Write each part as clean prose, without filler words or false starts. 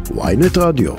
ynet רדיו.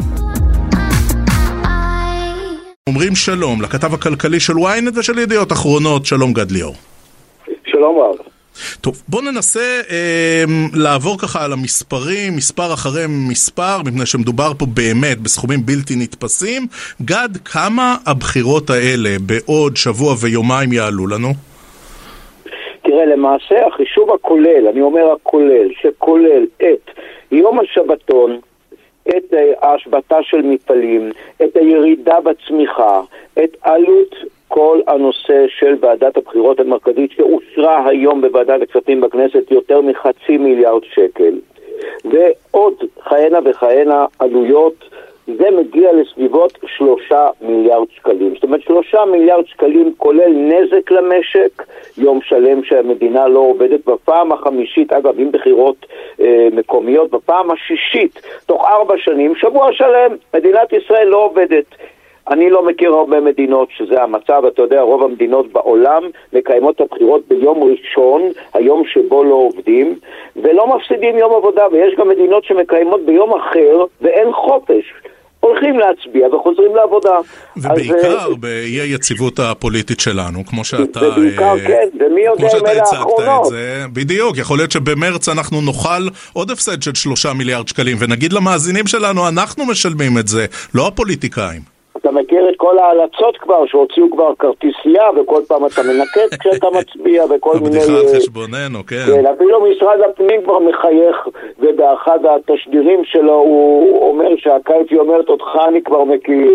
אומרים שלום לכתב הכלכלי של ynet ושל ידיעות אחרונות, שלום גד ליאור. שלום רב. טוב, בוא ננסה לעבור ככה על המספרים, מספר אחרי מספר, מפני שמדובר פה באמת בסכומים בלתי נתפסים. גד, כמה הבחירות האלה בעוד שבוע ויומיים יעלו לנו? תראה, למעשה החישוב הכולל, אני אומר הכולל, שכולל את יום השבתון, את ההשבתה של מפעלים, את הירידה בצמיחה, את עלות כל הנושא של ועדת הבחירות המרכזית שאושרה היום בוועדת הכספים בכנסת יותר מ500 מיליארד שקל, ועוד כהנה וכהנה עלויות, זה מגיע לסביבות 3 מיליארד שקלים. זאת אומרת 3 מיליארד שקלים כולל נזק למשק, יום שלם שהמדינה לא עובדת, בפעם החמישית, אגב עם בחירות מקומיות, בפעם השישית תוך 4 שנים, שבוע שלם מדינת ישראל לא עובדת. אני לא מכיר הרבה מדינות שזה המצב, אתה יודע, רוב המדינות בעולם מקיימות את הבחירות ביום ראשון, היום שבו לא עובדים, ולא מפסידים יום עבודה, ויש גם מדינות שמקיימות ביום אחר ואין חופש. הולכים להצביע וחוזרים לעבודה. ובעיקר באי היציבות הפוליטית שלנו, כמו שאתה... ובעיקר כן, ומי יודע אם אלה האחרונות. בדיוק, יכול להיות שבמרץ אנחנו נאכל עוד הפסד של 3 מיליארד שקלים, ונגיד למאזינים שלנו, אנחנו משלמים את זה, לא הפוליטיקאים. אתה מכיר את כל ההלצות כבר, שהוציאו כבר כרטיסייה, וכל פעם אתה מנקט כשאתה מצביע, וכל מיני... הבדיחה על חשבוננו, כן. כן, אפילו משרד הפנים כבר מחייך, ובאחד התשדירים שלו הוא אומר שהקלפי אומרת, אותך אני כבר מכיר.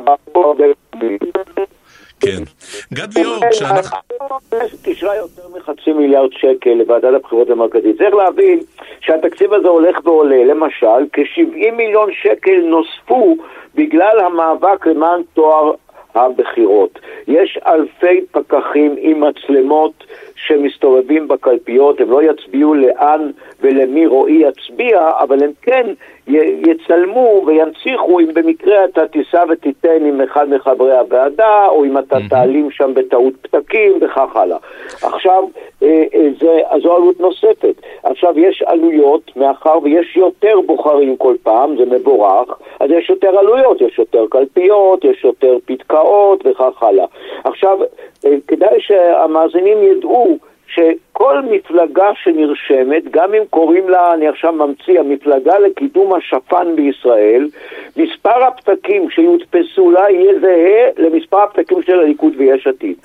כן. גד ליאור, כשאנחנו... תשרה יותר מ500 מיליארד שקל לוועדת הבחירות המרכזית. צריך להבין שהתקציב הזה הולך ועולה. למשל, כ70 מיליון שקל נוספו בגלל המאבק למען תואר הבחירות. יש אלפי פקחים עם מצלמות שמסתובבים בקלפיות, הם לא יצביעו לאן ולמי רואי יצביע, אבל הם כן יצלמו וינציחו אם במקרה אתה תיסע ותיתן עם אחד מחברי הוועדה, או אם אתה תעלים שם בטעות פתקים וכך הלאה. עכשיו, זו עלות נוספת. עכשיו, יש עלויות, מאחר ויש יותר בוחרים כל פעם, זה מבורך, אז יש יותר עלויות, יש יותר קלפיות, יש יותר פתקאות וכך הלאה. עכשיו, כדאי שהמאזינים ידעו שכל מפלגה שנרשמת, גם אם קוראים לה, אני עכשיו ממציא, המפלגה לקידום השפן בישראל, מספר הפתקים שיודפסו לה יהיה זהה למספר הפתקים של הליכוד ויש עתיד.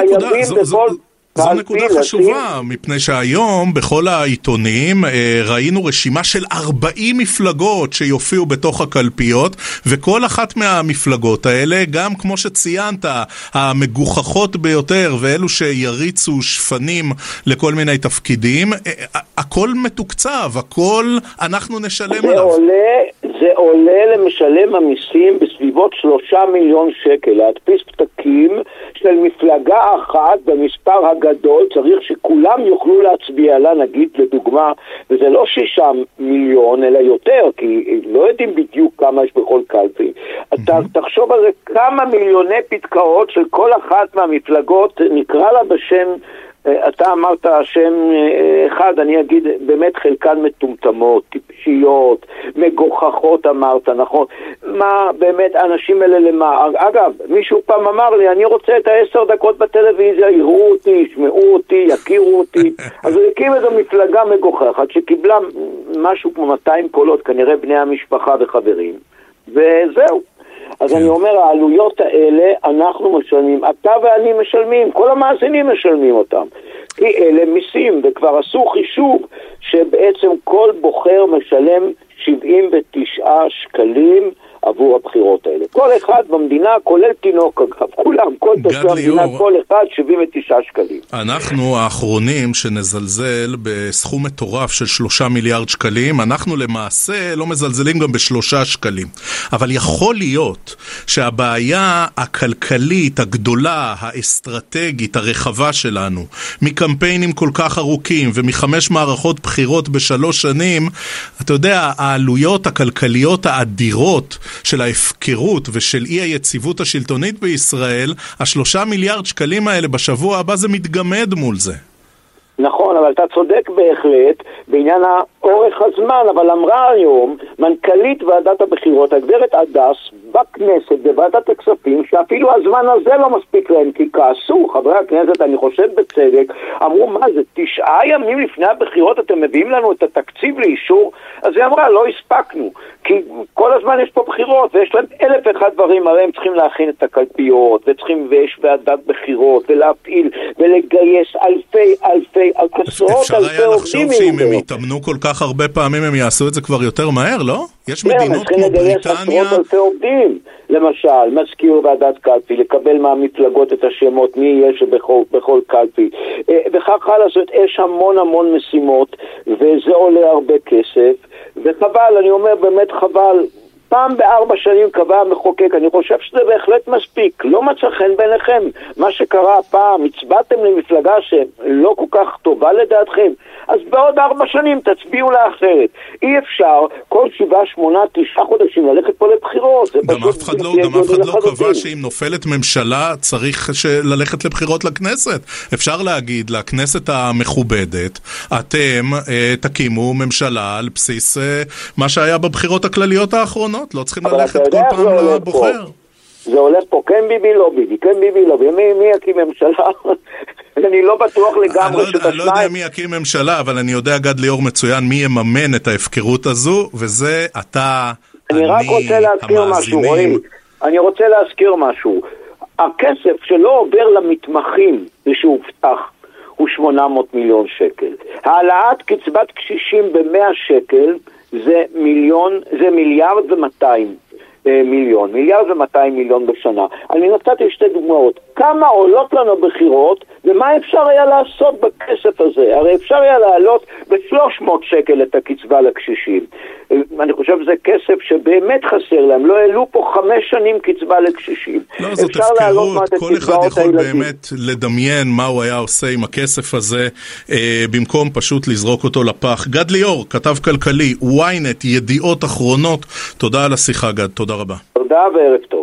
זו נקודה חשובה, מפני שהיום בכל העיתונים ראינו רשימה של 40 מפלגות שיופיעו בתוך הקלפיות, וכל אחת מהמפלגות האלה, גם כמו שציינת, המגוחכות ביותר, ואלו שיריצו שפנים לכל מיני תפקידים, הכל מתוקצב, הכל אנחנו נשלם עליו. זה עולה למשלם המיסים בסביבות 3 מיליון שקל, להדפיס פתקים של מפלגה אחת במספר הגדול, צריך שכולם יוכלו להצביע לה, נגיד לדוגמה, וזה לא 6 מיליון אלא יותר, כי לא יודעים בדיוק כמה יש בכל קלפי. אתה תחשוב על זה, כמה מיליוני פתקאות של כל אחת מהמפלגות, נקרא לה בשם, אתה אמרת שם אחד, אני אגיד באמת חלקן מטומטמות, טיפשיות, מגוחכות אמרת, נכון? מה באמת אנשים אלה למה? אגב, מישהו פעם אמר לי, אני רוצה את 10 דקות בטלוויזיה, יראו אותי, ישמעו אותי, יכירו אותי. אז הוא הקים איזו מפלגה מגוחכת שקיבלה משהו כמו 200 קולות, כנראה בני המשפחה וחברים, וזהו. אז אני אומר, העלויות האלה אנחנו משלמים, אתה ואני משלמים, כל המאזינים משלמים אותם, כי אלה מיסים, וכבר עשו חישוב שבעצם כל בוחר משלם 79 שקלים עבור הבחירות האלה. כל אחד במדינה, כולל תינוק אגב, כולם, כל תושבי המדינה, כל אחד 79 שקלים. אנחנו האחרונים שנזלזל בסכום מטורף של 3 מיליארד שקלים, אנחנו למעשה לא מזלזלים גם ב3 שקלים. אבל יכול להיות שהבעיה הכלכלית הגדולה, האסטרטגית, הרחבה שלנו, מקמפיינים כל כך ארוכים ו5 מערכות בחירות ב3 שנים, אתה יודע, העלויות הכלכליות האדירות של ההפקרות ושל אי היציבות השלטונית בישראל, 3 מיליארד שקלים האלה בשבוע הבא זה מתגמד מול זה. נכון, אבל אתה צודק בהחלט, בעניין אורך הזמן, אבל אמרה היום מנכ"לית ועדת הבחירות, הגברת הדס, בכנסת, בוועדת הכספים, שאפילו הזמן הזה לא מספיק להם, כי כעסו חברי הכנסת, אני חושב בצדק, אמרו, מה זה, 9 ימים לפני הבחירות אתם מביאים לנו את התקציב לאישור? אז היא אמרה, לא הספקנו, כי כל הזמן יש פה בחירות, ויש להם 1001 דברים, הרי הם צריכים להכין את הקלפיות, ויש ועדת בחירות, ולהפעיל, ולגייס אלפי, עשרות אפשר אלפי היה לחשוב עובדים. שאם הם יתאמנו כל כך הרבה פעמים, הם יעשו את זה כבר יותר מהר, לא? יש מדינות כמו בריטניה... עשרות אלפי עובדים, למשל, מזכיר ועדת קלפי, לקבל מהמפלגות את השמות, מי יהיה שבכל קלפי, וכך הלאה, זאת יש המון משימות, וזה עולה הרבה כסף, וחבל, אני אומר באמת חבל, פעם ב4 שנים קבע המחוקק, אני חושב שזה בהחלט מספיק, לא מצא חן בעיניכם, מה שקרה הפעם, הצבעתם למפלגה שלא כל כך טובה לדעתכם, אז בעוד 4 שנים תצביעו לאחרת. אי אפשר כל 7, 8, 9 חודשים ללכת פה לבחירות. גם אף אחד לא קבע שאם נופלת ממשלה צריך ללכת לבחירות לכנסת. אפשר להגיד לכנסת המכובדת, אתם תקימו ממשלה על בסיס מה שהיה בבחירות הכלליות האחרונות. לא צריכים ללכת כל פעם לבוחר. זה הולך פה, כן ביבי, לא ביבי, כן ביבי, לא ביבי. מי יקים ממשלה? אני לא בטוח לגמרי אני לא יודע מי יקים ממשלה, אבל אני יודע, גד ליאור מצוין, מי יממן את ההפקרות הזו, וזה אתה, אני רק רוצה להזכיר משהו, רועי. אני רוצה להזכיר משהו. הכסף שלא עובר למתמחים ושהובטח הוא 800 מיליון שקל. העלאת קצבת קשישים ב100 שקל זה 1.2 מיליארד, 1.2 מיליארד בשנה. אני נתתי 2 דוגמאות. כמה עולות לנו בחירות, ומה אפשר היה לעשות בכסף הזה? הרי אפשר היה לעלות ב300 שקל את הקצבה לקשישים. אני חושב שזה כסף שבאמת חסר להם. לא העלו פה 5 שנים קצבה לקשישים. לא, זאת הפקרות. כל אחד יכול באמת לדמיין מה הוא היה עושה עם הכסף הזה, במקום פשוט לזרוק אותו לפח. גד ליאור, כתב כלכלי, ynet, ידיעות אחרונות. תודה על השיחה, גד. תודה רבה. תודה וערב טוב.